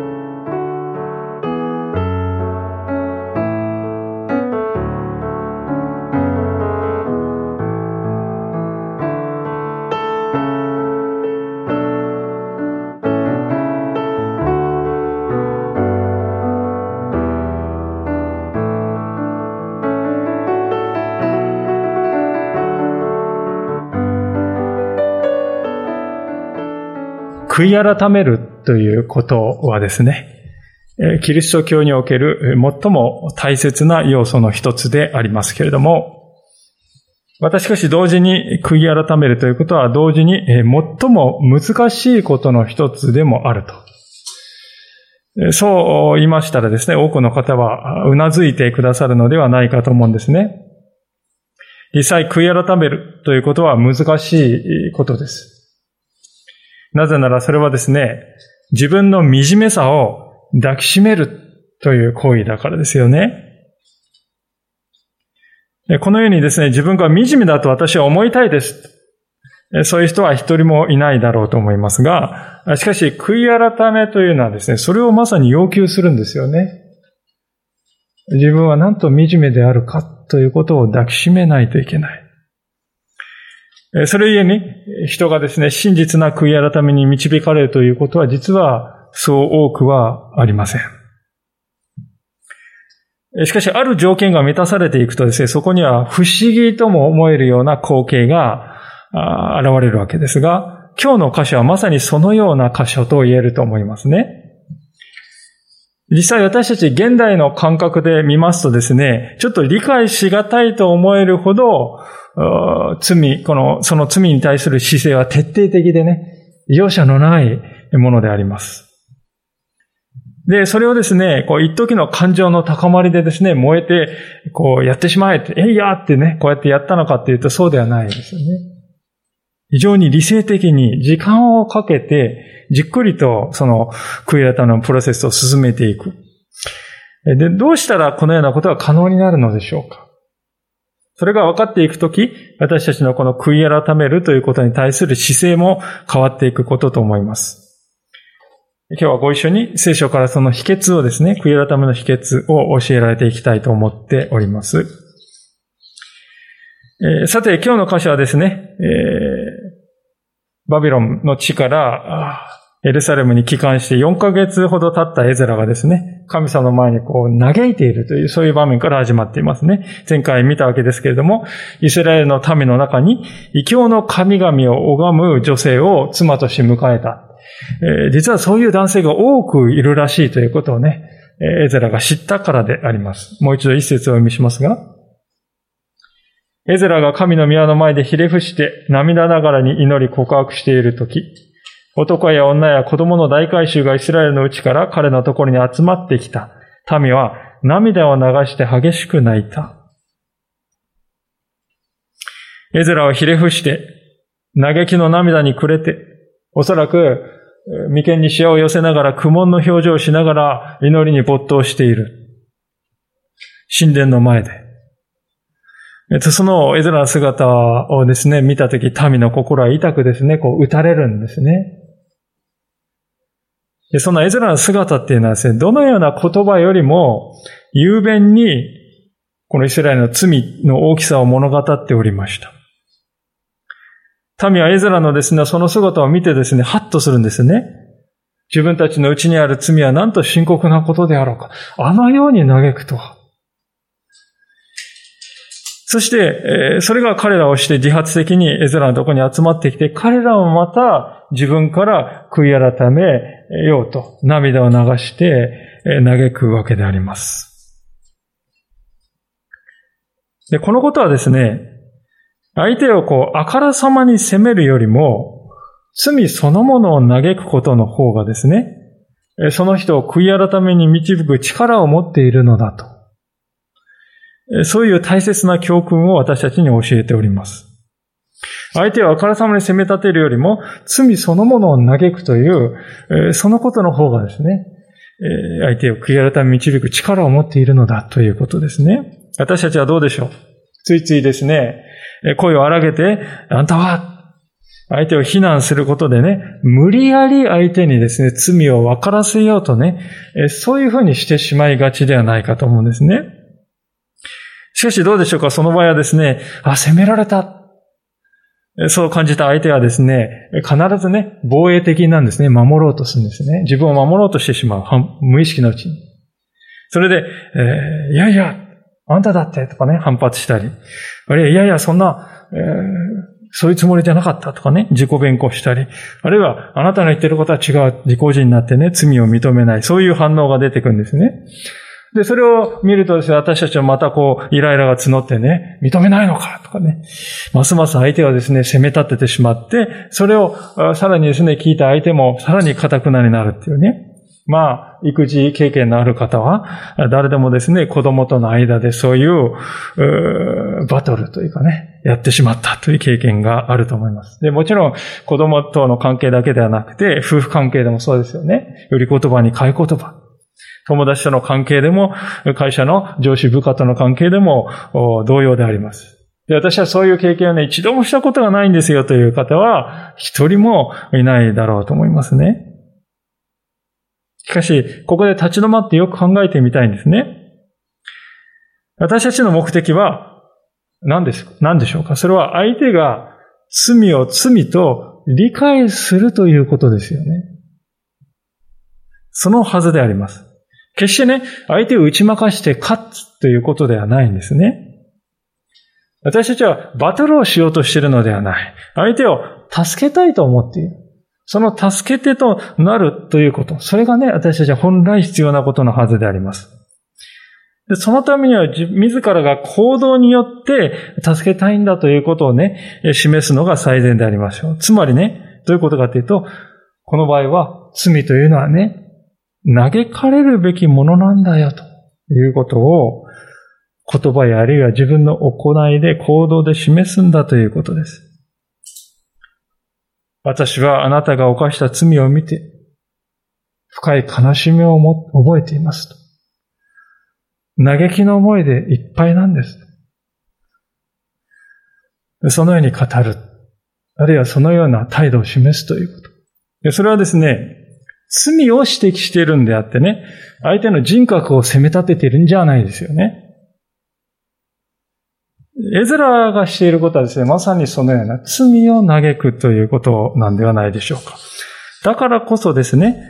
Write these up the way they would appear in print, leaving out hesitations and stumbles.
悔い改めるということはですね、キリスト教における最も大切な要素の一つでありますけれども、しかし同時に悔い改めるということは同時に最も難しいことの一つでもあると。そう言いましたらですね、多くの方はうなずいてくださるのではないかと思うんですね。実際悔い改めるということは難しいことです。なぜならそれはですね、自分の惨めさを抱きしめるという行為だからですよね。このようにですね、自分が惨めだと私は思いたいです。そういう人は一人もいないだろうと思いますが、しかし悔い改めというのはですね、それをまさに要求するんですよね。自分はなんと惨めであるかということを抱きしめないといけない。それゆえに、人がですね、真実な悔い改めに導かれるということは、実はそう多くはありません。しかし、ある条件が満たされていくとですね、そこには不思議とも思えるような光景が現れるわけですが、今日の箇所はまさにそのような箇所と言えると思いますね。実際私たち現代の感覚で見ますとですね、ちょっと理解しがたいと思えるほど、その罪に対する姿勢は徹底的でね、容赦のないものであります。で、それをですね、一時の感情の高まりでですね、燃えて、やってしまえって、いやーってね、こうやってやったのかっていうとそうではないですよね。非常に理性的に時間をかけて、じっくりとその悔い改めのプロセスを進めていく。で、どうしたらこのようなことが可能になるのでしょうか。それが分かっていくとき、私たちのこの悔い改めるということに対する姿勢も変わっていくことと思います。今日はご一緒に聖書からその秘訣をですね、悔い改めの秘訣を教えられていきたいと思っております。さて、今日の箇所はですね、バビロンの地からエルサレムに帰還して4ヶ月ほど経ったエゼラがですね、神様の前に嘆いているという、そういう場面から始まっていますね。前回見たわけですけれども、イスラエルの民の中に異教の神々を拝む女性を妻として迎えた。実はそういう男性が多くいるらしいということをね、エゼラが知ったからであります。もう一度一節をお読みしますが、エゼラが神の宮の前でひれ伏して涙ながらに祈り告白しているとき、男や女や子供の大観衆がイスラエルのうちから彼のところに集まってきた。民は涙を流して激しく泣いた。エゼラはひれ伏して、嘆きの涙に暮れて、おそらく眉間にシワを寄せながら苦悶の表情をしながら祈りに没頭している。神殿の前で。そのエゼラの姿をですね、見たとき、民の心は痛くですね、打たれるんですね。で、そのエゼラの姿っていうのはですね、どのような言葉よりも雄弁にこのイスラエルの罪の大きさを物語っておりました。民はエゼラのですね、その姿を見てですね、ハッとするんですね。自分たちのうちにある罪はなんと深刻なことであろうか。あのように嘆くとは。そして、それが彼らをして自発的にエゼラのところに集まってきて、彼らもまた自分から悔い改めようと涙を流して嘆くわけであります。で、このことはですね、相手をあからさまに責めるよりも、罪そのものを嘆くことの方がですね、その人を悔い改めに導く力を持っているのだと。そういう大切な教訓を私たちに教えております。相手をあからさまに責め立てるよりも、罪そのものを嘆くという、そのことの方がですね、相手を悔い改め導く力を持っているのだということですね。私たちはどうでしょう？ついついですね、声を荒げて、あんたは相手を非難することでね、無理やり相手にですね、罪を分からせようとね、そういうふうにしてしまいがちではないかと思うんですね。しかしどうでしょうか、その場合はですね、責められた。そう感じた相手はですね、必ずね、防衛的なんですね、守ろうとするんですね。自分を守ろうとしてしまう。無意識のうちに。それで、いやいや、あんただってとかね、反発したり。あるいは、いやいや、そんな、そういうつもりじゃなかったとかね、自己弁護したり。あるいは、あなたの言ってることは違う。自己人になってね、罪を認めない。そういう反応が出てくるんですね。で、それを見るとですね、私たちはまたイライラが募ってね、認めないのかとかね、ますます相手はですね、責め立ててしまって、それをさらにですね、聞いた相手もさらに堅くなになるっていうね。育児経験のある方は、誰でもですね、子供との間でそういう、バトルというかね、やってしまったという経験があると思います。で、もちろん、子供との関係だけではなくて、夫婦関係でもそうですよね。売り言葉に買い言葉。友達との関係でも、会社の上司部下との関係でも同様であります。で、私はそういう経験をね、一度もしたことがないんですよという方は、一人もいないだろうと思いますね。しかし、ここで立ち止まってよく考えてみたいんですね。私たちの目的は何でしょうか。それは相手が罪を罪と理解するということですよね。そのはずであります。決してね、相手を打ち負かして勝つということではないんですね。私たちはバトルをしようとしているのではない。相手を助けたいと思っている。その助け手となるということ。それがね、私たちは本来必要なことのはずであります。で、そのためには自らが行動によって助けたいんだということをね、示すのが最善でありましょう。つまりね、どういうことかというと、この場合は罪というのはね、嘆かれるべきものなんだよということを言葉やあるいは自分の行いで行動で示すんだということです。私はあなたが犯した罪を見て深い悲しみを覚えていますと。嘆きの思いでいっぱいなんです。そのように語る。あるいはそのような態度を示すということ。で、それはですね、罪を指摘しているんであってね、相手の人格を責め立てているんじゃないですよね。エズラがしていることはですね、まさにそのような罪を嘆くということなんではないでしょうか。だからこそですね、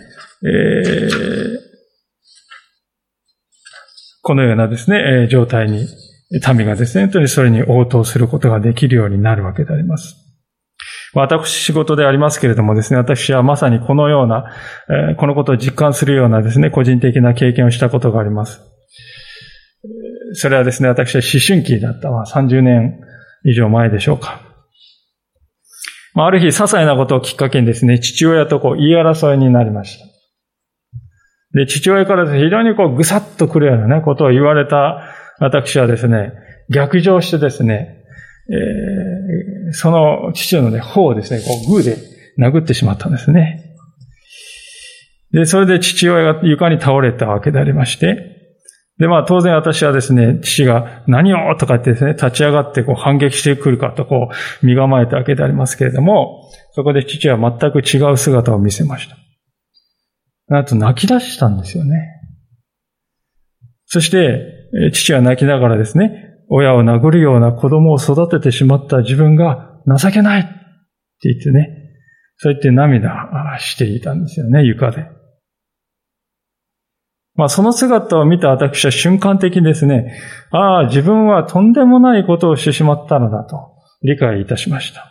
このようなですね、状態に、民がですね、本当にそれに応答することができるようになるわけであります。私仕事でありますけれどもですね、私はまさにこのような、このことを実感するようなですね、個人的な経験をしたことがあります。それはですね、私は思春期だった。30年以上前でしょうか。ある日、些細なことをきっかけにですね、父親と言い争いになりました。で、父親から非常にぐさっとくるようなね、ことを言われた私はですね、逆上してですね、その父のね、頬をですね、グーで殴ってしまったんですね。で、それで父親が床に倒れたわけでありまして、で、当然私はですね、父が何をとかってですね、立ち上がって反撃してくるかと身構えたわけでありますけれども、そこで父は全く違う姿を見せました。なんと泣き出したんですよね。そして、父は泣きながらですね、親を殴るような子供を育ててしまった自分が情けないって言ってね、そう言って涙していたんですよね、床で。その姿を見た私は瞬間的にですね、自分はとんでもないことをしてしまったのだと理解いたしました。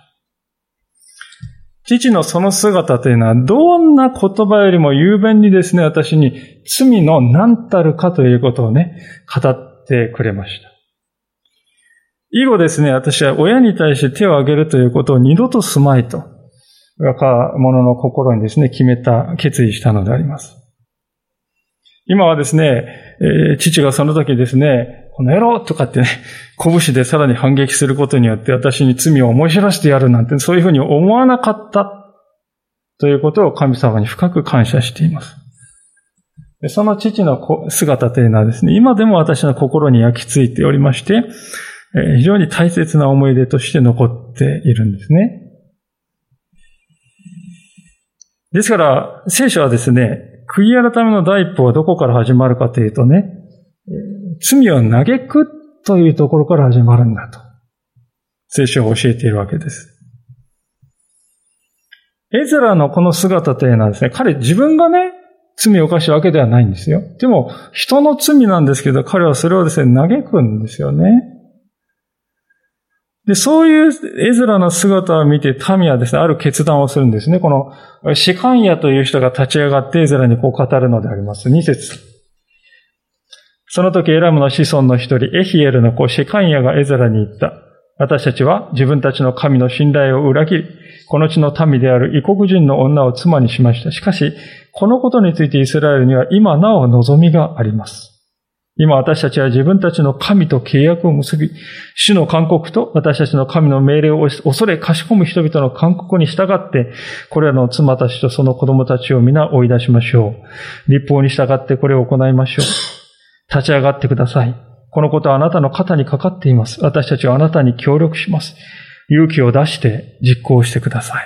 父のその姿というのはどんな言葉よりも雄弁にですね、私に罪の何たるかということをね、語ってくれました。以後ですね、私は親に対して手を挙げるということを二度とすまいと、若者の心にですね、決意したのであります。今はですね、父がその時ですね、この野郎とかってね、拳でさらに反撃することによって私に罪を思い知らせてやるなんて、そういうふうに思わなかったということを神様に深く感謝しています。その父の姿というのはですね、今でも私の心に焼き付いておりまして、非常に大切な思い出として残っているんですね。 ですから、聖書はですね、悔い改めの第一歩はどこから始まるかというとね、罪を嘆くというところから始まるんだと。聖書は教えているわけです。エズラのこの姿というのはですね、彼自分がね、罪を犯したわけではないんですよ。でも、人の罪なんですけど、彼はそれをですね、嘆くんですよね。で、そういうエズラの姿を見て、民はですね、ある決断をするんですね。この、シカンヤという人が立ち上がってエズラにこう語るのであります。2節。その時エラムの子孫の一人、エヒエルの子シカンヤがエズラに言った。私たちは自分たちの神の信頼を裏切り、この地の民である異国人の女を妻にしました。しかし、このことについてイスラエルには今なお望みがあります。今私たちは自分たちの神と契約を結び、主の勧告と私たちの神の命令を恐れかしこむ人々の勧告に従って、これらの妻たちとその子供たちを皆追い出しましょう。律法に従ってこれを行いましょう。立ち上がってください。このことはあなたの肩にかかっています。私たちはあなたに協力します。勇気を出して実行してください。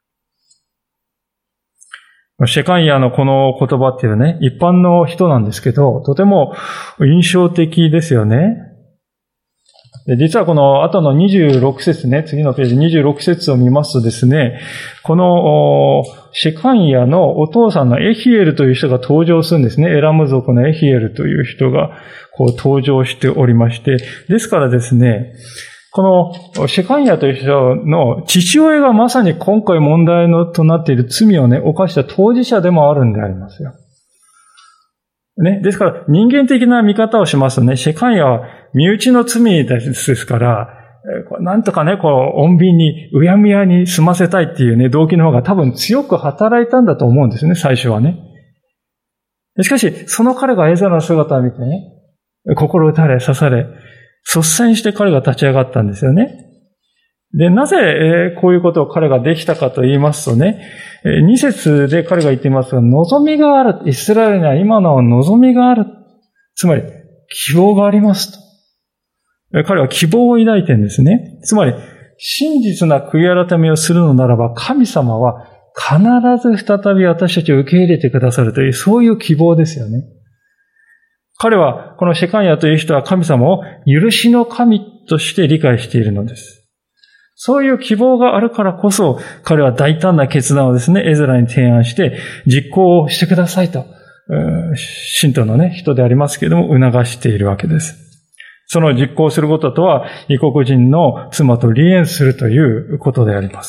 シェカンヤのこの言葉っていうね、一般の人なんですけど、とても印象的ですよね。で実はこの後の26節ね、次のページ26節を見ますとですね、このシェカンヤのお父さんのエヒエルという人が登場するんですね。エラム族のエヒエルという人がこう登場しておりまして、ですからですね、このシェカンヤという人の父親がまさに今回問題となっている罪をね、犯した当事者でもあるんでありますよ。ね。ですから人間的な見方をしますとね、シェカンヤは身内の罪ですから、なんとかね、こう、穏便に、うやむやに済ませたいっていうね、動機の方が多分強く働いたんだと思うんですね、最初はね。しかし、その彼がエズラの姿を見てね、心打たれ、刺され、率先して彼が立ち上がったんですよね。で、なぜ、こういうことを彼ができたかと言いますとね、2節で彼が言っていますが、望みがある。イスラエルには今の望みがある。つまり、希望がありますと。彼は希望を抱いてるんですね。つまり、真実な悔い改めをするのならば、神様は必ず再び私たちを受け入れてくださるという、そういう希望ですよね。彼は、このシェカンヤという人は神様を許しの神として理解しているのです。そういう希望があるからこそ、彼は大胆な決断をですね、エズラに提案して実行してくださいと、信徒のね、人でありますけれども、促しているわけです。その実行することとは、異国人の妻と離縁するということであります。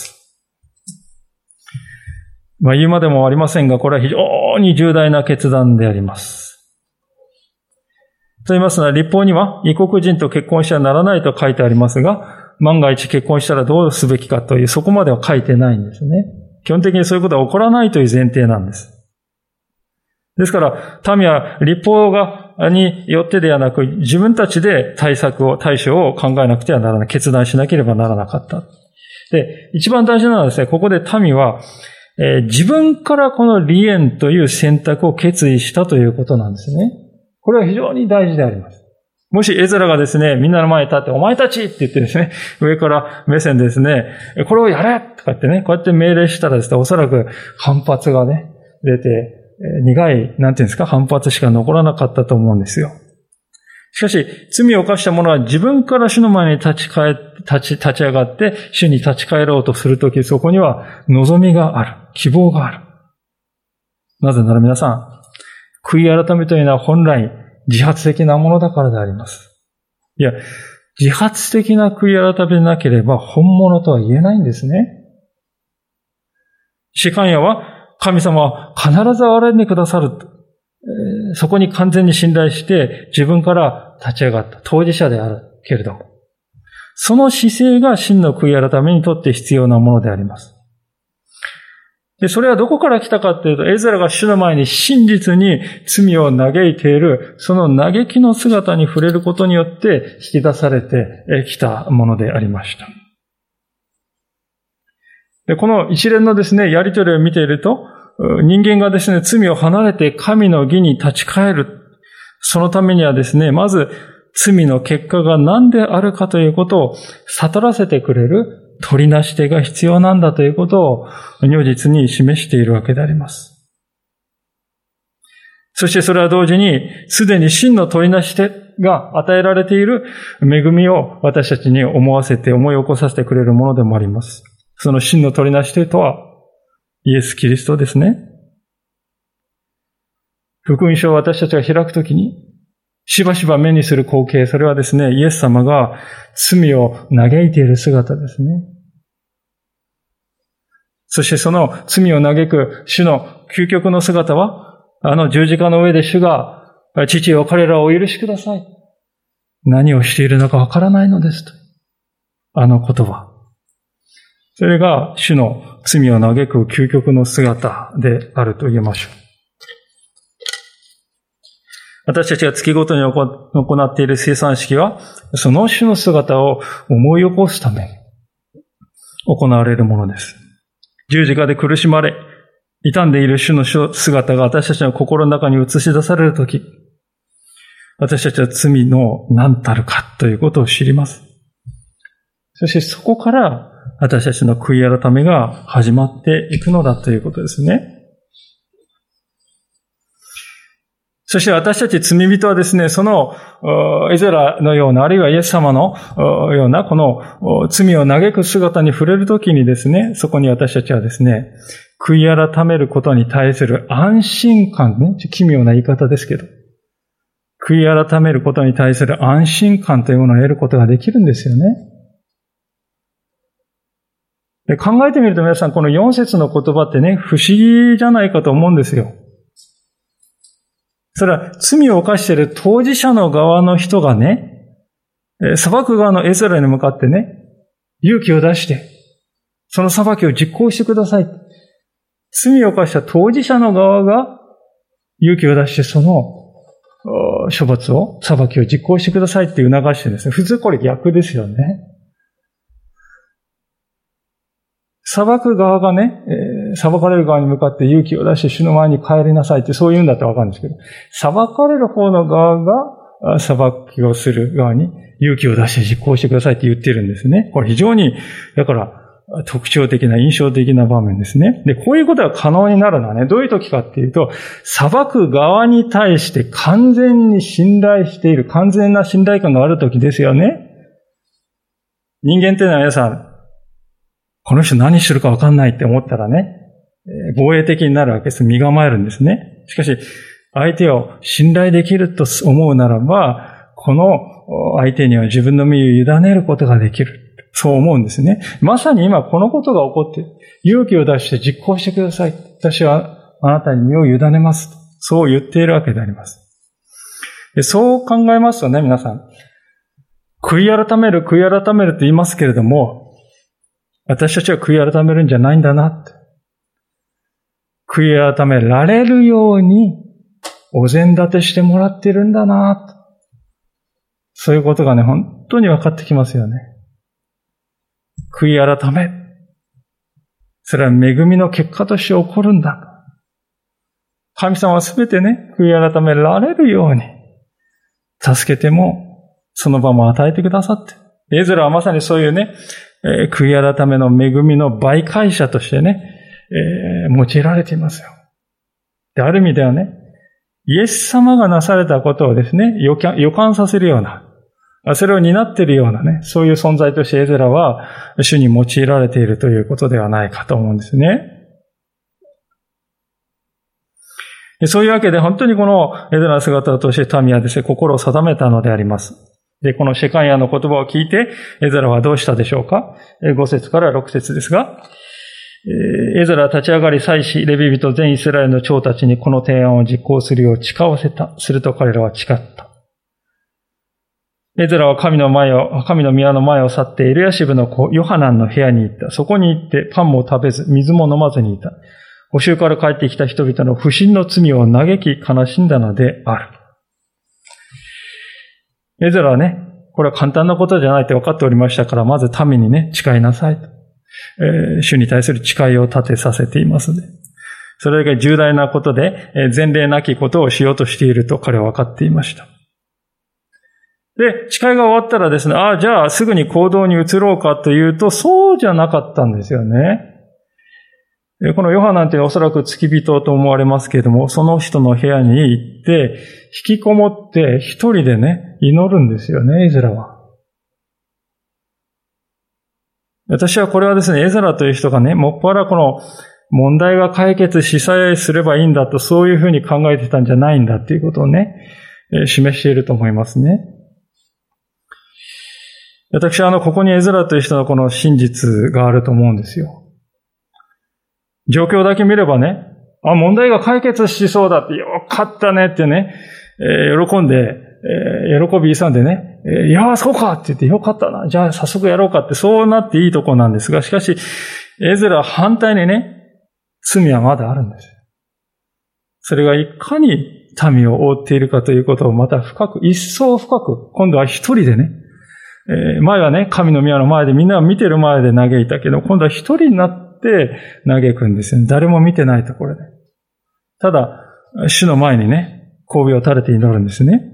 言うまでもありませんが、これは非常に重大な決断であります。と言いますのは、律法には異国人と結婚してはならないと書いてありますが、万が一結婚したらどうすべきかという、そこまでは書いてないんですね。基本的にそういうことは起こらないという前提なんです。ですから、民は律法によってではなく、自分たちで対処を考えなくてはならない、決断しなければならなかった。で、一番大事なのはですね、ここで民は、自分からこの離縁という選択を決意したということなんですね。これは非常に大事であります。もしエズラがですね、みんなの前に立って、お前たちって言ってですね、上から目線でですね、これをやれとか言ってね、こうやって命令したらですね、おそらく反発がね、出て、苦い、なんていうんですか、反発しか残らなかったと思うんですよ。しかし、罪を犯した者は自分から主の前に立ち上がって、主に立ち返ろうとするとき、そこには望みがある、希望がある。なぜなら皆さん、悔い改めというのは本来自発的なものだからであります。いや、自発的な悔い改めでなければ本物とは言えないんですね。シェカンヤは神様は必ず憐れんでくださる。そこに完全に信頼して自分から立ち上がった当事者であるけれども、その姿勢が真の悔い改めにとって必要なものであります。で、それはどこから来たかというと、エズラが主の前に真実に罪を嘆いている、その嘆きの姿に触れることによって引き出されてきたものでありました。で、この一連のですね、やりとりを見ていると、人間がですね、罪を離れて神の義に立ち返る。そのためにはですね、まず罪の結果が何であるかということを悟らせてくれる取りなし手が必要なんだということを如実に示しているわけであります。そしてそれは同時に、すでに真の取りなし手が与えられている恵みを私たちに思い起こさせてくれるものでもあります。その真の取りなし手とは、イエス・キリストですね。福音書を私たちが開くときに、しばしば目にする光景、それはですね、イエス様が罪を嘆いている姿ですね。そしてその罪を嘆く主の究極の姿は、あの十字架の上で主が、父よ彼らをお許しください。何をしているのかわからないのですと。あの言葉。それが主の罪を嘆く究極の姿であると言えましょう。私たちが月ごとに行っている生産式は、その主の姿を思い起こすために行われるものです。十字架で苦しまれ、傷んでいる主の姿が私たちの心の中に映し出されるとき、私たちは罪の何たるかということを知ります。そしてそこから私たちの悔い改めが始まっていくのだということですね。そして私たち罪人はですね、そのエゼラのような、あるいはイエス様のようなこの罪を嘆く姿に触れるときにですね、そこに私たちはですね、悔い改めることに対する安心感ね、奇妙な言い方ですけど、悔い改めることに対する安心感というものを得ることができるんですよね。で、考えてみると皆さん、この4節の言葉ってね、不思議じゃないかと思うんですよ。それは罪を犯している当事者の側の人がね、裁く側のエゼラに向かってね、勇気を出して、その裁きを実行してください。罪を犯した当事者の側が勇気を出してその処罰を、裁きを実行してくださいって促してですね、普通これ逆ですよね。裁く側がね、裁かれる側に向かって勇気を出して主の前に帰りなさいってそう言うんだってわかるんですけど、裁かれる方の側が裁きをする側に勇気を出して実行してくださいって言ってるんですね。これ非常に、だから特徴的な印象的な場面ですね。で、こういうことが可能になるのはね、どういう時かっていうと、裁く側に対して完全に信頼している、完全な信頼感がある時ですよね。人間っていうのは皆さん、この人何してるか分かんないって思ったらね、防衛的になるわけです。身構えるんですね。しかし、相手を信頼できると思うならば、この相手には自分の身を委ねることができる。そう思うんですね。まさに今このことが起こって、勇気を出して実行してください。私はあなたに身を委ねます。そう言っているわけであります。でそう考えますとね、皆さん。悔い改めると言いますけれども、私たちは悔い改めるんじゃないんだなって。悔い改められるようにお膳立てしてもらってるんだなって。そういうことがね、本当に分かってきますよね。悔い改め。それは恵みの結果として起こるんだ。神様はすべてね、悔い改められるように助けても、その場も与えてくださって。エズラはまさにそういうね、悔い改めの恵みの媒介者としてね、用いられていますよ。で、ある意味ではね、イエス様がなされたことをですね、予感させるような、それを担っているようなね、そういう存在としてエズラは主に用いられているということではないかと思うんですね。そういうわけで本当にこのエズラの姿を通して民はですね、心を定めたのであります。で、このシェカニアの言葉を聞いて、エズラはどうしたでしょうか。5節から6節ですが、エズラは立ち上がり祭司、レビ人全イスラエルの長たちにこの提案を実行するよう誓わせた。すると彼らは誓った。エズラは神の宮の前を去ってエルヤシブの子ヨハナンの部屋に行った。そこに行ってパンも食べず、水も飲まずにいた。捕囚から帰ってきた人々の不信の罪を嘆き悲しんだのである。エズラはね、これは簡単なことじゃないって分かっておりましたから、まず民にね、誓いなさいと。主に対する誓いを立てさせていますね。それだけ重大なことで、前例なきことをしようとしていると彼は分かっていました。 で、誓いが終わったらですね、じゃあすぐに行動に移ろうかというと、そうじゃなかったんですよね。このヨハナっておそらく付き人と思われますけれども、その人の部屋に行って、引きこもって一人でね、祈るんですよね、エズラは。私はこれはですね、エズラという人がね、もっぱらこの問題が解決しさえすればいいんだと、そういうふうに考えてたんじゃないんだということをね、示していると思いますね。私はここにエズラという人のこの真実があると思うんですよ。状況だけ見ればね、問題が解決しそうだって、よかったねってね、喜んで、喜び勇んでね、いや、そうかって言って、よかったな、じゃあ早速やろうかって、そうなっていいとこなんですが、しかし、エズラは反対にね、罪はまだあるんです。それがいかに民を覆っているかということをまた一層深く、今度は一人でね、前はね、神の宮の前でみんなが見てる前で嘆いたけど、今度は一人になって嘆くんですよね。誰も見てないところで。ただ、主の前にね、首を垂れて祈るんですね。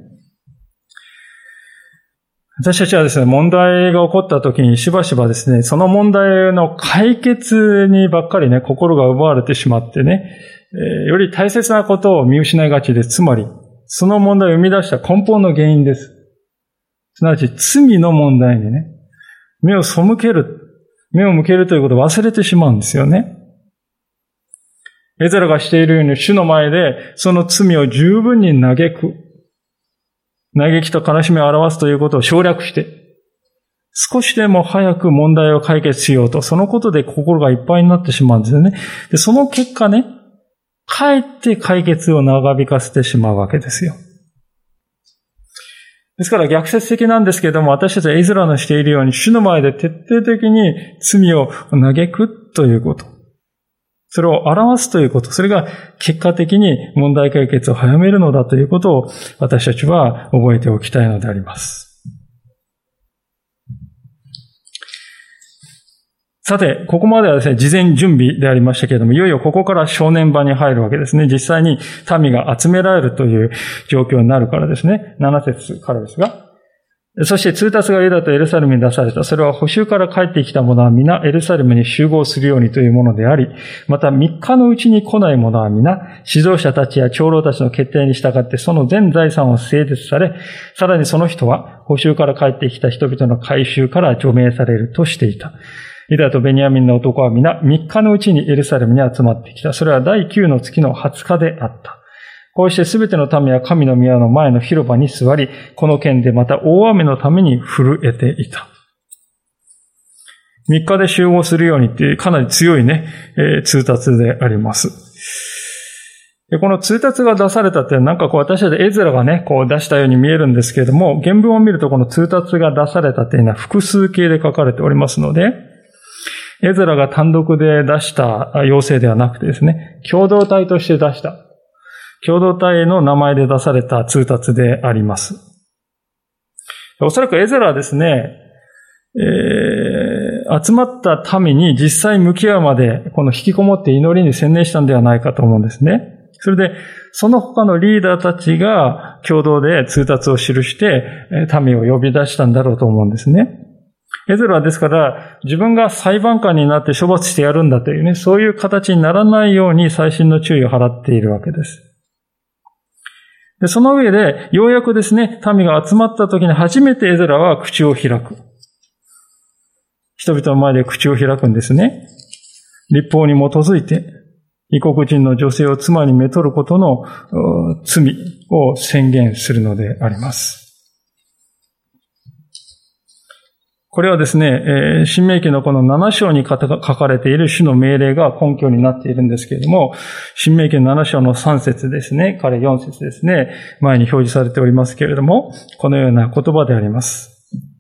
私たちはですね、問題が起こった時にしばしばですね、その問題の解決にばっかりね、心が奪われてしまってね、より大切なことを見失いがちです。つまり、その問題を生み出した根本の原因です。すなわち、罪の問題にね、目を向けるということを忘れてしまうんですよね。エズラがしているように、主の前でその罪を十分に嘆きと悲しみを表すということを省略して、少しでも早く問題を解決しようと、そのことで心がいっぱいになってしまうんですよね。で、その結果ね、かえって解決を長引かせてしまうわけですよ。ですから逆説的なんですけれども、私たちはエズラのしているように、主の前で徹底的に罪を嘆くということ。それを表すということ。それが結果的に問題解決を早めるのだということを私たちは覚えておきたいのであります。さて、ここまではですね、事前準備でありましたけれども、いよいよここから正念場に入るわけですね。実際に民が集められるという状況になるからですね。7節からですが。そして通達がユダとエルサレムに出された。それは捕囚から帰ってきた者は皆エルサレムに集合するようにというものであり、また3日のうちに来ない者は皆、指導者たちや長老たちの決定に従ってその全財産を整絶され、さらにその人は捕囚から帰ってきた人々の回収から除名されるとしていた。ユダとベニヤミンの男は皆3日のうちにエルサレムに集まってきた。それは第9の月の20日であった。こうしてすべての民は神の宮の前の広場に座り、この県でまた大雨のために震えていた。3日で集合するようにっていうかなり強いね、通達であります。でこの通達が出されたってなんか私たちエズラがね、出したように見えるんですけれども、原文を見るとこの通達が出されたというのは複数形で書かれておりますので、エズラが単独で出した要請ではなくてですね、共同体として出した。共同体の名前で出された通達であります。おそらくエズラはですね、集まった民に実際向き合うまで、この引きこもって祈りに専念したんではないかと思うんですね。それで、その他のリーダーたちが共同で通達を記して、民を呼び出したんだろうと思うんですね。エズラはですから、自分が裁判官になって処罰してやるんだというね、そういう形にならないように細心の注意を払っているわけです。で、その上で、ようやくですね、民が集まった時に初めてエズラは口を開く。人々の前で口を開くんですね。律法に基づいて、異国人の女性を妻にめとることの罪を宣言するのであります。これはですね、申命記のこの7章に書かれている主の命令が根拠になっているんですけれども、申命記の7章の3節ですね、から4節ですね、前に表示されておりますけれども、このような言葉であります。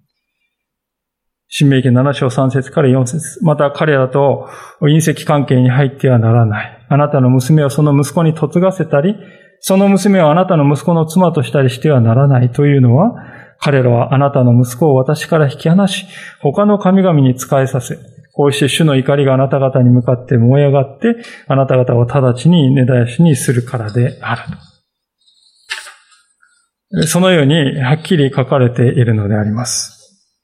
申命記7章3節から4節。また彼らと姻戚関係に入ってはならない。あなたの娘をその息子に嫁がせたり、その娘をあなたの息子の妻としたりしてはならないというのは、彼らはあなたの息子を私から引き離し、他の神々に仕えさせ、こうして主の怒りがあなた方に向かって燃え上がって、あなた方を直ちに根絶やしにするからである。 そのようにはっきり書かれているのであります。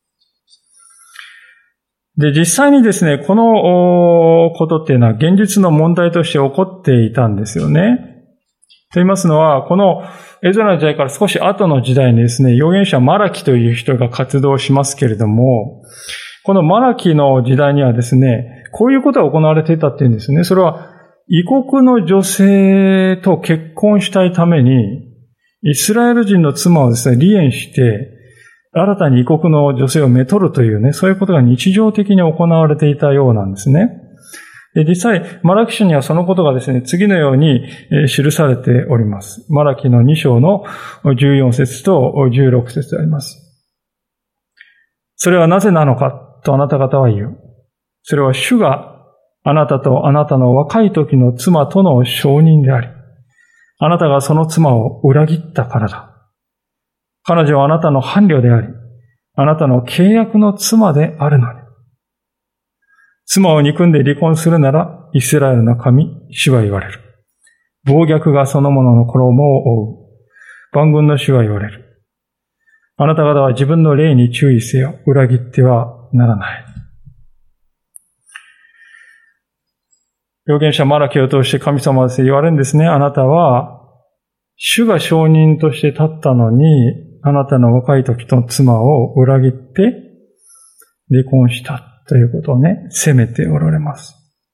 で、実際にですね、このことっていうのは現実の問題として起こっていたんですよね。と言いますのは、このエズラの時代から少し後の時代にですね、預言者マラキという人が活動しますけれども、このマラキの時代にはですね、こういうことが行われていたっていうんですね。それは、異国の女性と結婚したいために、イスラエル人の妻をですね、離縁して、新たに異国の女性をめとるというね、そういうことが日常的に行われていたようなんですね。で、実際、マラキ書にはそのことがですね、次のように記されております。マラキの2章の14節と16節であります。それはなぜなのかとあなた方は言う。それは主があなたとあなたの若い時の妻との証人であり、あなたがその妻を裏切ったからだ。彼女はあなたの伴侶であり、あなたの契約の妻であるのに。妻を憎んで離婚するなら、イスラエルの神、主は言われる。暴虐がそのものの衣を覆う。万軍の主は言われる。あなた方は自分の霊に注意せよ。裏切ってはならない。預言者マラキを通して神様は言われるんですね。あなたは、主が証人として立ったのに、あなたの若い時と妻を裏切って離婚したということをね、責めておられます。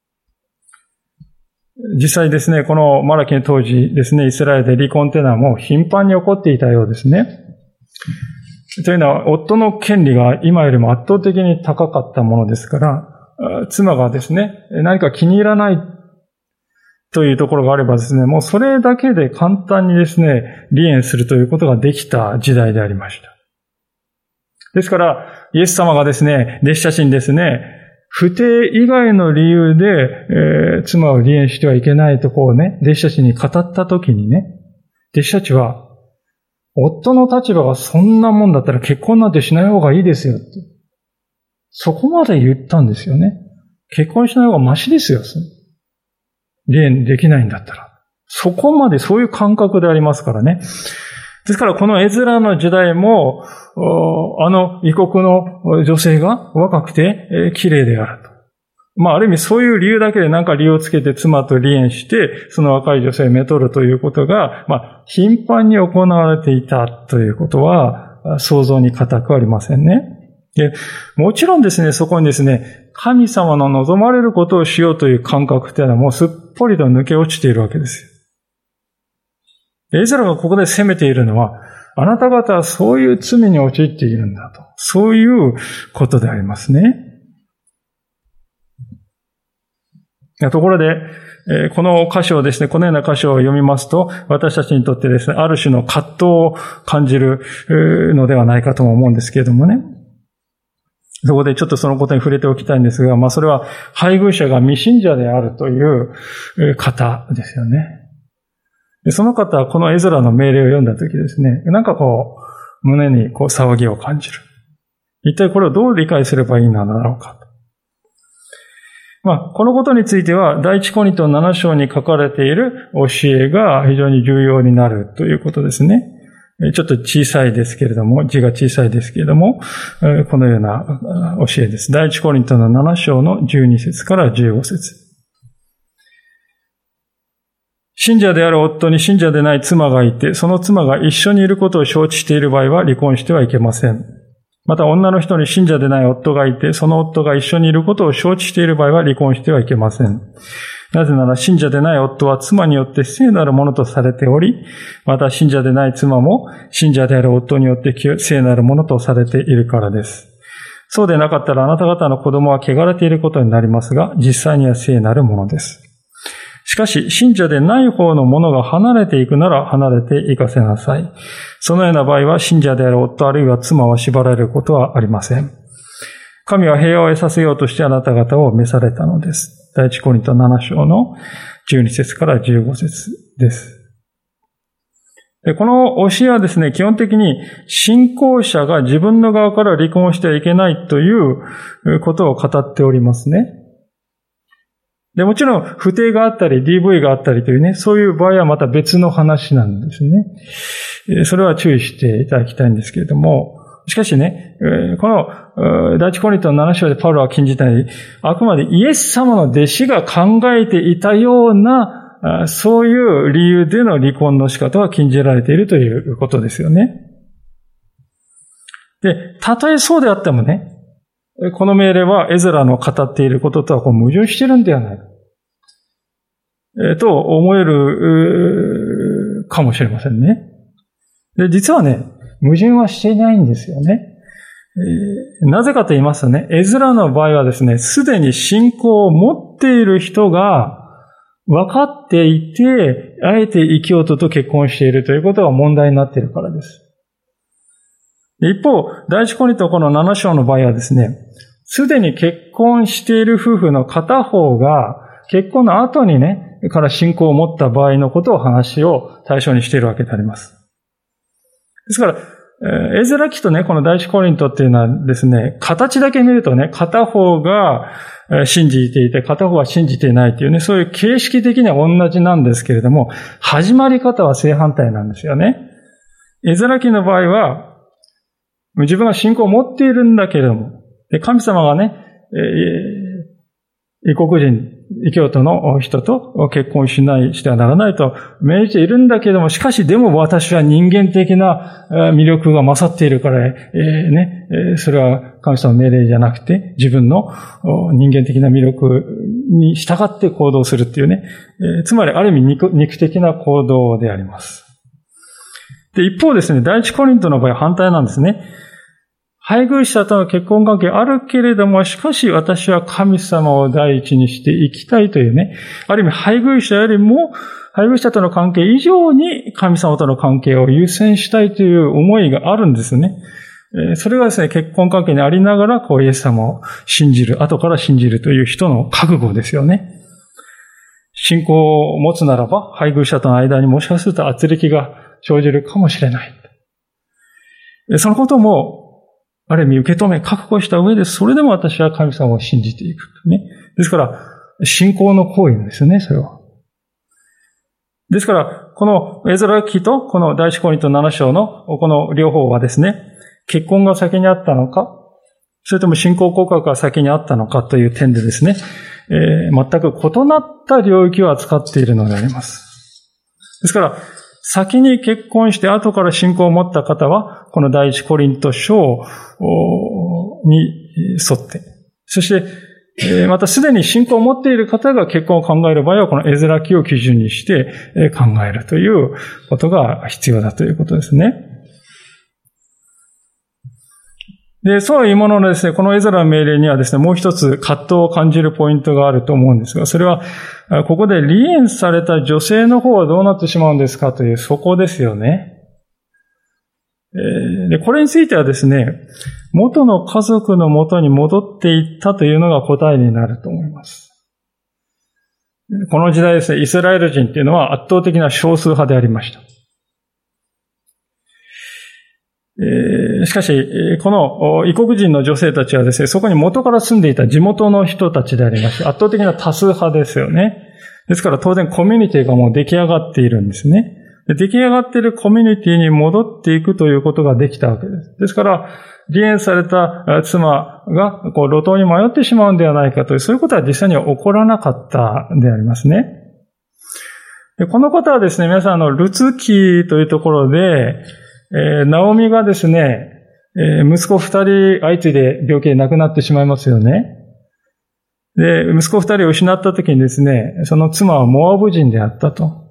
実際ですね、このマラキの当時ですね、イスラエルで離婚というのはもう頻繁に起こっていたようですね。というのは、夫の権利が今よりも圧倒的に高かったものですから、妻がですね、何か気に入らないというところがあればですね、もうそれだけで簡単にですね、離縁するということができた時代でありました。ですから、イエス様がですね、弟子たちにですね、不貞以外の理由で、妻を離縁してはいけないとこうね、弟子たちに語ったときにね、弟子たちは、夫の立場がそんなもんだったら結婚なんてしない方がいいですよって。そこまで言ったんですよね。結婚しない方がマシですよ。離縁できないんだったら。そこまでそういう感覚でありますからね。ですからこのエズラの時代も、あの異国の女性が若くて綺麗であると。ある意味そういう理由だけで何か理由をつけて妻と離縁して、その若い女性をめとるということが、頻繁に行われていたということは、想像に難くありませんね。で、もちろんですね、そこにですね、神様の望まれることをしようという感覚というのはもうすっぽりと抜け落ちているわけですよ。エズラがここで責めているのは、あなた方はそういう罪に陥っているんだと。そういうことでありますね。ところで、この箇所をですね、このような箇所を読みますと、私たちにとってですね、ある種の葛藤を感じるのではないかとも思うんですけれどもね。そこでちょっとそのことに触れておきたいんですが、それは配偶者が未信者であるという方ですよね。その方はこのエズラの命令を読んだときですね、胸に騒ぎを感じる。一体これをどう理解すればいいのだろうか。このことについては、第一コリント7章に書かれている教えが非常に重要になるということですね。ちょっと小さいですけれども、字が小さいですけれども、このような教えです。第一コリントの7章の12節から15節。信者である夫に信者でない妻がいて、その妻が一緒にいることを承知している場合は離婚してはいけません。また女の人に信者でない夫がいて、その夫が一緒にいることを承知している場合は離婚してはいけません。なぜなら信者でない夫は妻によって聖なるものとされており、また信者でない妻も信者である夫によって聖なるものとされているからです。そうでなかったらあなた方の子供は汚れていることになりますが、実際には聖なるものです。しかし、信者でない方のものが離れていくなら離れていかせなさい。そのような場合は信者である夫あるいは妻は縛られることはありません。神は平和を得させようとしてあなた方を召されたのです。第一コリント7章の12節から15節です。で、この教えはですね、基本的に信仰者が自分の側から離婚してはいけないということを語っておりますね。 で、もちろん、不貞があったり、DV があったりというね、そういう場合はまた別の話なんですね。それは注意していただきたいんですけれども、しかしね、この、第一コリントの7章でパウロは禁じたように、あくまでイエス様の弟子が考えていたような、そういう理由での離婚の仕方は禁じられているということですよね。で、たとえそうであってもね、この命令はエズラの語っていることとは矛盾しているんではないか、と思えるかもしれませんね。で、実はね、矛盾はしていないんですよね。なぜかと言いますとね、エズラの場合はですね、すでに信仰を持っている人が分かっていて、あえて異教徒と結婚しているということが問題になっているからです。一方、第一コリントこの7章の場合はですね、すでに結婚している夫婦の片方が結婚の後にね、から信仰を持った場合のことを話を対象にしているわけであります。ですから、エズラ記とね、この第一コリントっていうのはですね、形だけ見るとね、片方が信じていて、片方は信じていないっていうね、そういう形式的には同じなんですけれども、始まり方は正反対なんですよね。エズラ記の場合は、自分が信仰を持っているんだけれども、神様がね、異国人、異教徒の人と結婚してはならないと命じているんだけれども、しかしでも私は人間的な魅力が勝っているから、それは神様の命令じゃなくて、自分の人間的な魅力に従って行動するっていうね、つまりある意味肉的な行動であります。で、一方ですね、第一コリントの場合は反対なんですね。配偶者との結婚関係あるけれども、しかし私は神様を第一にして生きたいというね、ある意味配偶者よりも、配偶者との関係以上に神様との関係を優先したいという思いがあるんですね。それがですね、結婚関係にありながら、イエス様を信じる、後から信じるという人の覚悟ですよね。信仰を持つならば、配偶者との間にもしかすると圧力が生じるかもしれない。そのことも、ある意味受け止め、覚悟した上で、それでも私は神様を信じていく。ね。ですから、信仰の行為なんですよね、それは。ですから、このエズラ記とこの第一コリント7章のこの両方はですね、結婚が先にあったのか、それとも信仰告白が先にあったのかという点でですね、全く異なった領域を扱っているのであります。ですから、先に結婚して後から信仰を持った方は、この第一コリント書に沿って、そして、またすでに信仰を持っている方が結婚を考える場合は、このエズラ記を基準にして考えるということが必要だということですね。で、そういうもののですね、このエズラの命令にはですね、もう一つ葛藤を感じるポイントがあると思うんですが、それは、ここで離縁された女性の方はどうなってしまうんですかという、そこですよね。で、これについてはですね、元の家族の元に戻っていったというのが答えになると思います。この時代ですね、イスラエル人っていうのは圧倒的な少数派でありました。しかし、この異国人の女性たちはですね、そこに元から住んでいた地元の人たちでありまして、圧倒的な多数派ですよね。ですから当然コミュニティがもう出来上がっているんですね。出来上がっているコミュニティに戻っていくということができたわけです。ですから、離縁された妻が路頭に迷ってしまうんではないかという、そういうことは実際には起こらなかったでありますね。でこのことはですね、皆さんルツ記というところで、ナオミがですね、息子二人相次いで病気で亡くなってしまいますよね。で、息子二人を失った時にですね、その妻はモアブ人であったと。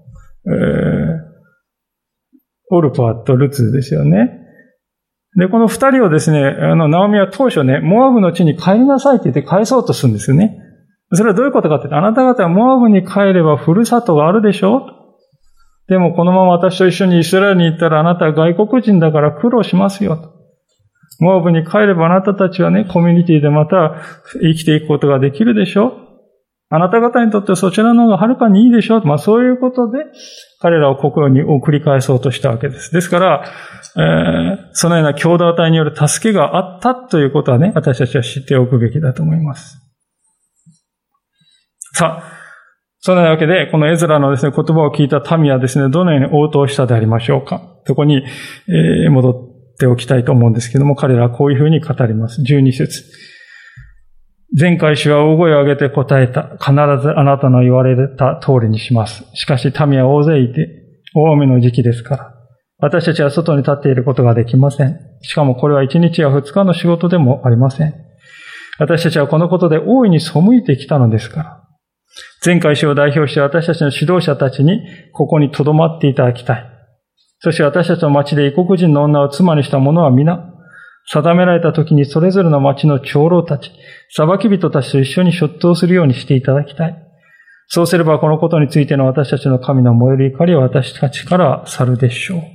オルパとルツですよね。で、この二人をですね、ナオミは当初ね、モアブの地に帰りなさいって言って帰そうとするんですよね。それはどういうことかって言って、あなた方はモアブに帰ればふるさとがあるでしょ？でもこのまま私と一緒にイスラエルに行ったらあなたは外国人だから苦労しますよと。モアブに帰ればあなたたちはね、コミュニティでまた生きていくことができるでしょ。あなた方にとってそちらの方がはるかにいいでしょ。そういうことで彼らを国王に送り返そうとしたわけです。ですから、そのような共同体による助けがあったということはね、私たちは知っておくべきだと思います。 さあ、そのようなわけで、このエズラのですね、言葉を聞いた民はですね、どのように応答したでありましょうか。そこに、戻っておきたいと思うんですけども、彼らはこういうふうに語ります。12節。前回主は大声を上げて答えた。必ずあなたの言われた通りにします。しかし民は大勢いて、大雨の時期ですから。私たちは外に立っていることができません。しかもこれは1日や2日の仕事でもありません。私たちはこのことで大いに背いてきたのですから。前回主を代表して私たちの指導者たちにここに留まっていただきたい。そして私たちの町で異国人の女を妻にした者は皆、定められた時にそれぞれの町の長老たち、裁き人たちと一緒に出頭するようにしていただきたい。そうすればこのことについての私たちの神の燃える怒りは私たちから去るでしょう。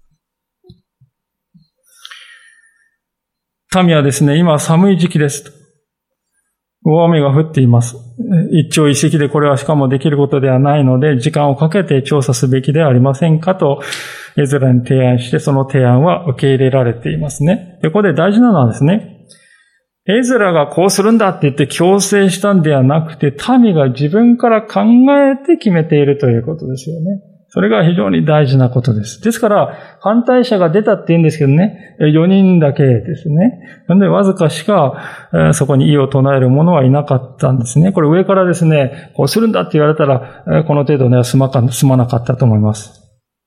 民はですね、今寒い時期です。大雨が降っています。一朝一夕でこれはしかもできることではないので、時間をかけて調査すべきではありませんかと、エズラに提案して、その提案は受け入れられていますね。で、ここで大事なのはですね、エズラがこうするんだって言って強制したんではなくて、民が自分から考えて決めているということですよね。それが非常に大事なことです。ですから、反対者が出たって言うんですけどね、4人だけですね。なので、わずかしか、そこに異を唱える者はいなかったんですね。これ上からですね、こうするんだって言われたら、この程度では済まなかったと思います。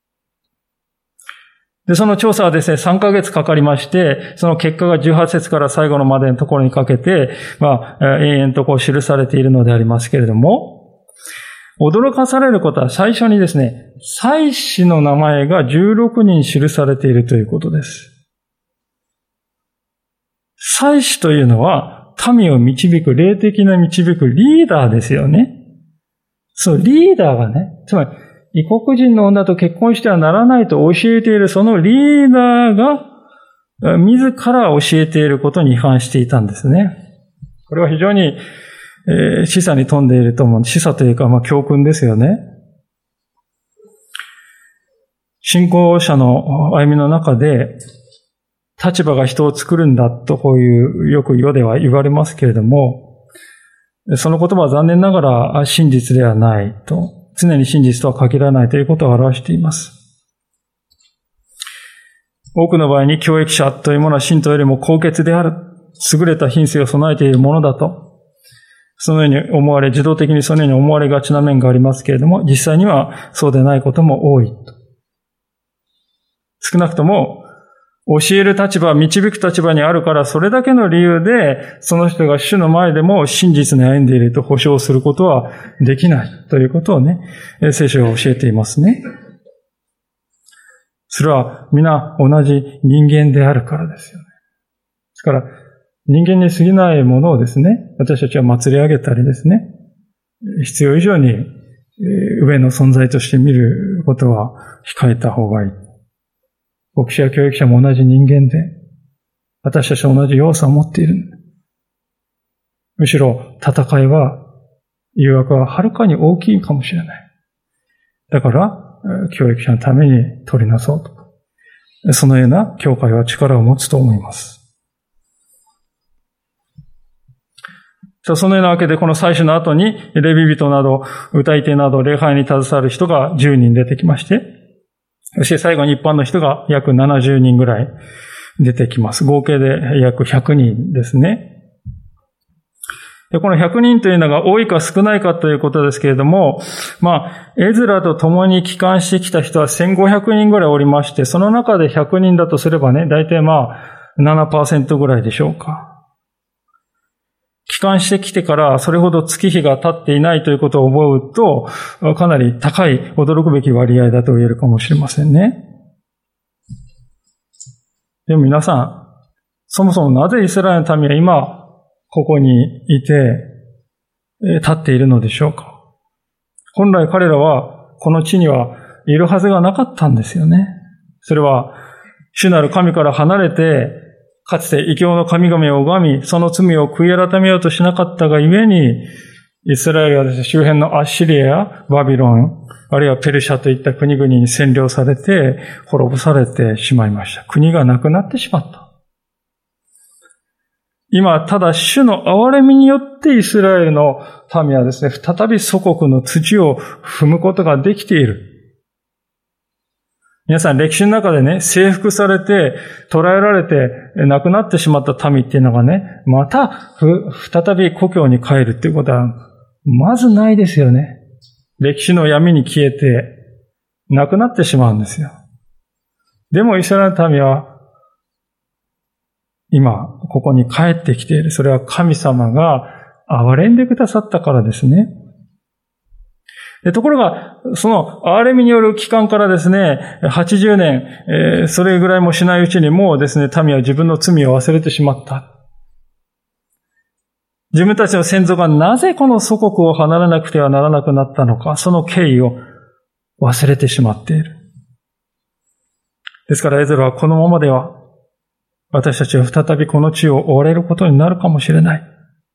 で、その調査はですね、3ヶ月かかりまして、その結果が18節から最後のまでのところにかけて、延々とこう記されているのでありますけれども、驚かされることは最初にですね、祭司の名前が16人記されているということです。祭司というのは、民を導く、霊的な導くリーダーですよね。そう、リーダーがね、つまり、異国人の女と結婚してはならないと教えているそのリーダーが、自ら教えていることに違反していたんですね。これは非常に、示唆に富んでいると思う。示唆というか、教訓ですよね。信仰者の歩みの中で、立場が人を作るんだと、こういう、よく世では言われますけれども、その言葉は残念ながら真実ではないと、常に真実とは限らないということを表しています。多くの場合に教育者というものは信徒よりも高潔である、優れた品性を備えているものだと、そのように思われ、自動的にそのように思われがちな面がありますけれども、実際にはそうでないことも多いと。少なくとも、教える立場、導く立場にあるから、それだけの理由で、その人が主の前でも真実に歩んでいると保証することはできないということをね、聖書が教えていますね。それは皆同じ人間であるからですよね。ですから、人間に過ぎないものをですね、私たちは祭り上げたりですね、必要以上に上の存在として見ることは控えた方がいい。牧師や教育者も同じ人間で、私たちは同じ要素を持っている。むしろ戦いは、誘惑ははるかに大きいかもしれない。だから、教育者のために取りなそうと。そのような教会は力を持つと思います。そのようなわけで、この祭司の後に、レビ人など、歌い手など、礼拝に携わる人が10人出てきまして、そして最後に一般の人が約70人ぐらい出てきます。合計で約100人ですね。で、この100人というのが多いか少ないかということですけれども、エズラと共に帰還してきた人は1500人ぐらいおりまして、その中で100人だとすればね、大体7% ぐらいでしょうか。帰還してきてからそれほど月日が経っていないということを思うと、かなり高い驚くべき割合だと言えるかもしれませんね。でも皆さん、そもそもなぜイスラエルの民は今、ここにいて、立っているのでしょうか。本来彼らはこの地にはいるはずがなかったんですよね。それは、主なる神から離れて、かつて異教の神々を拝み、その罪を悔い改めようとしなかったがゆえに、イスラエルはですね、周辺のアッシリアやバビロン、あるいはペルシャといった国々に占領されて、滅ぼされてしまいました。国がなくなってしまった。 今、ただ主の憐れみによってイスラエルの民はですね、再び祖国の土を踏むことができている。皆さん、歴史の中でね、征服されて、捕らえられて、亡くなってしまった民っていうのがね、また、再び故郷に帰るっていうことは、まずないですよね。歴史の闇に消えて、亡くなってしまうんですよ。でも、イスラエルの民は、今、ここに帰ってきている。それは神様が憐れんでくださったからですね。ところが、その憐れみによる期間からですね、80年、それぐらいもしないうちにもうですね、民は自分の罪を忘れてしまった。自分たちの先祖がなぜこの祖国を離れなくてはならなくなったのか、その経緯を忘れてしまっている。ですからエゼラはこのままでは、私たちは再びこの地を追われることになるかもしれない。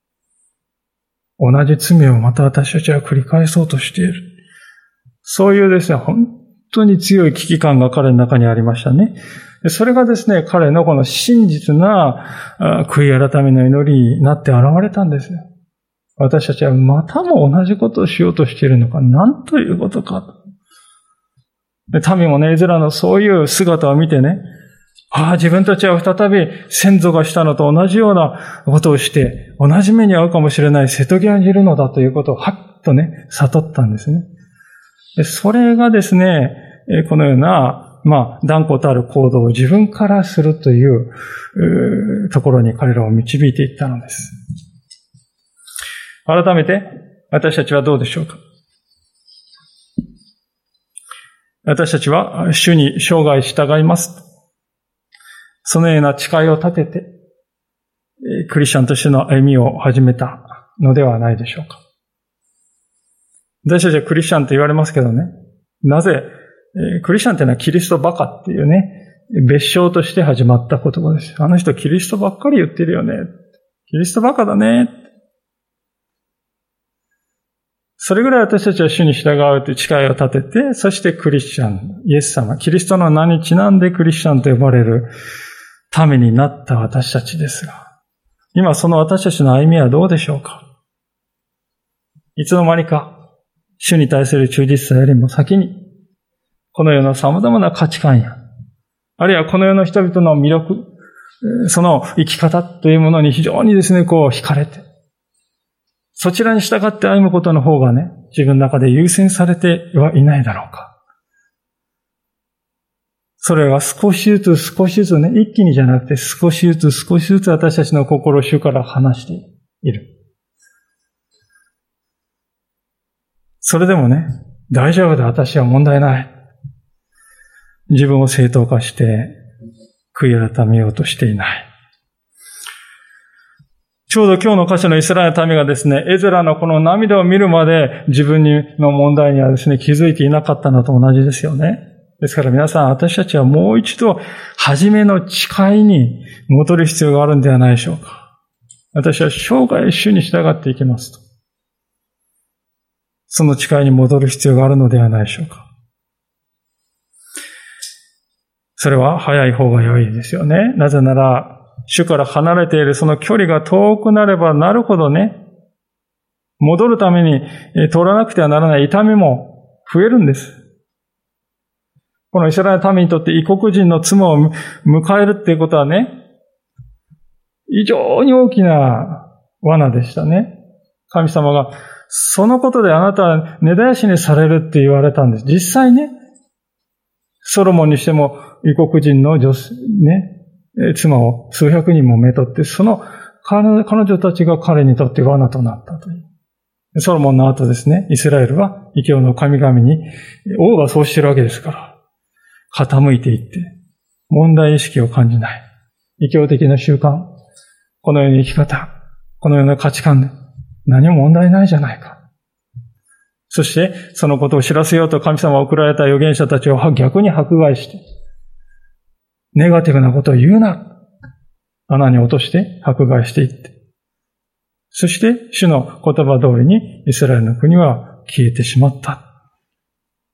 同じ罪をまた私たちは繰り返そうとしている。そういうですね、本当に強い危機感が彼の中にありましたね。それがですね、彼のこの真実な悔い改めの祈りになって現れたんですよ。私たちはまたも同じことをしようとしているのか、なんということか。民もね、エゼラのそういう姿を見てね、自分たちは再び先祖がしたのと同じようなことをして、同じ目に遭うかもしれない瀬戸際にいるのだということをはっとね、悟ったんですね。それがですね、このような、断固たる行動を自分からするというところに彼らを導いていったのです。改めて、私たちはどうでしょうか。私たちは主に生涯従います。そのような誓いを立てて、クリスチャンとしての歩みを始めたのではないでしょうか。私たちはクリスチャンと言われますけどね、なぜ、クリスチャンというのはキリストバカっていうね、別称として始まった言葉です。あの人キリストばっかり言ってるよね。キリストバカだね。それぐらい私たちは主に従うという誓いを立てて、そしてクリスチャン、イエス様、キリストの名にちなんでクリスチャンと呼ばれるためになった私たちですが、今その私たちの歩みはどうでしょうか。いつの間にか、主に対する忠実さよりも先に、この世の様々な価値観や、あるいはこの世の人々の魅力、その生き方というものに非常にですね、惹かれて、そちらに従って歩むことの方がね、自分の中で優先されてはいないだろうか。それは少しずつね、一気にじゃなくて少しずつ私たちの心を主から離している。それでもね、大丈夫だ、私は問題ない。自分を正当化して悔い改めようとしていない。ちょうど今日の箇所のイスラエルの民がですね、エゼラのこの涙を見るまで自分の問題にはですね、気づいていなかったのと同じですよね。ですから皆さん、私たちはもう一度、初めの誓いに戻る必要があるんではないでしょうか。私は生涯主に従っていきますと。その誓いに戻る必要があるのではないでしょうか。それは早い方が良いですよね。なぜなら、主から離れているその距離が遠くなればなるほどね、戻るために通らなくてはならない痛みも増えるんです。このイスラエル民にとって異国人の妻を迎えるっていうことはね、非常に大きな罠でしたね。神様が、そのことであなたは根絶やしにされるって言われたんです。実際ね、ソロモンにしても異国人の妻を数百人もめとって、その彼女たちが彼にとって罠となったという。ソロモンの後ですね、イスラエルは異教の神々に、王がそうしてるわけですから、傾いていって、問題意識を感じない。異教的な習慣、このような生き方、このような価値観で何も問題ないじゃないか。そして、そのことを知らせようと神様が送られた預言者たちを逆に迫害して、ネガティブなことを言うな。穴に落として迫害していって。そして、主の言葉通りにイスラエルの国は消えてしまった。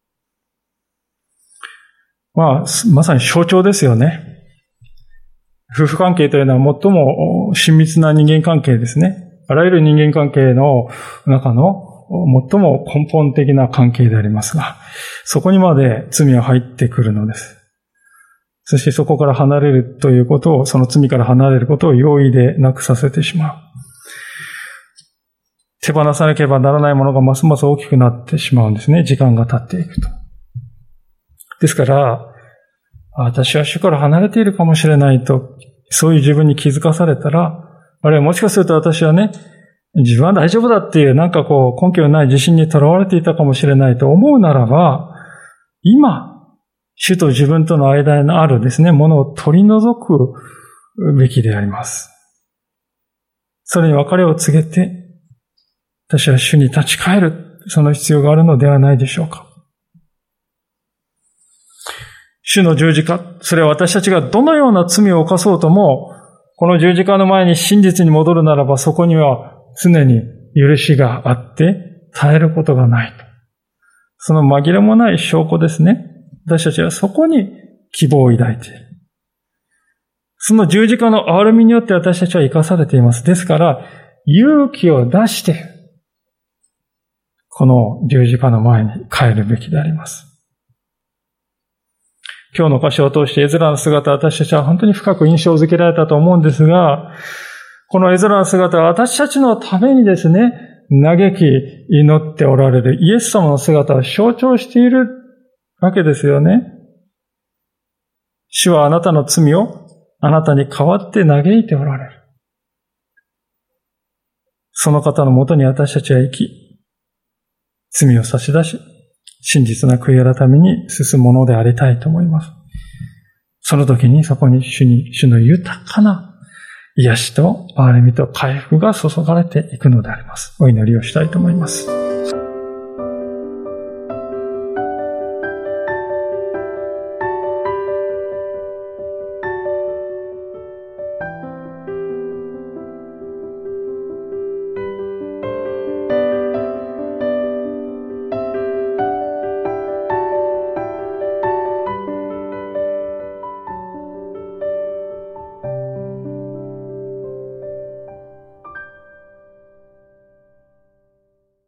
まさに象徴ですよね。 夫婦関係というのは最も親密な人間関係ですね。あらゆる人間関係の中の最も根本的な関係でありますが、そこにまで罪は入ってくるのです。そしてそこから離れるということを、その罪から離れることを容易でなくさせてしまう。手放さなければならないものがますます大きくなってしまうんですね。時間が経っていくと。ですから、私は主から離れているかもしれないと、そういう自分に気づかされたら、あるいはもしかすると私はね、自分は大丈夫だっていう根拠のない自信にとらわれていたかもしれないと思うならば、今、主と自分との間にあるですね、ものを取り除くべきであります。それに別れを告げて、私は主に立ち返る、その必要があるのではないでしょうか。主の十字架、それは私たちがどのような罪を犯そうとも、この十字架の前に真実に戻るならば、そこには常に許しがあって耐えることがないと。その紛れもない証拠ですね。私たちはそこに希望を抱いている。その十字架の憐れみによって私たちは生かされています。ですから、勇気を出して、この十字架の前に帰るべきであります。今日の箇所を通してエズラの姿、私たちは本当に深く印象づけられたと思うんですが、このエズラの姿は私たちのためにですね、嘆き祈っておられるイエス様の姿を象徴しているわけですよね。主はあなたの罪をあなたに代わって嘆いておられる。その方のもとに私たちは生き、罪を差し出し、真実な悔い改めに進むものでありたいと思います。その時にそこに主の豊かな癒しと憐れみと回復が注がれていくのであります。お祈りをしたいと思います。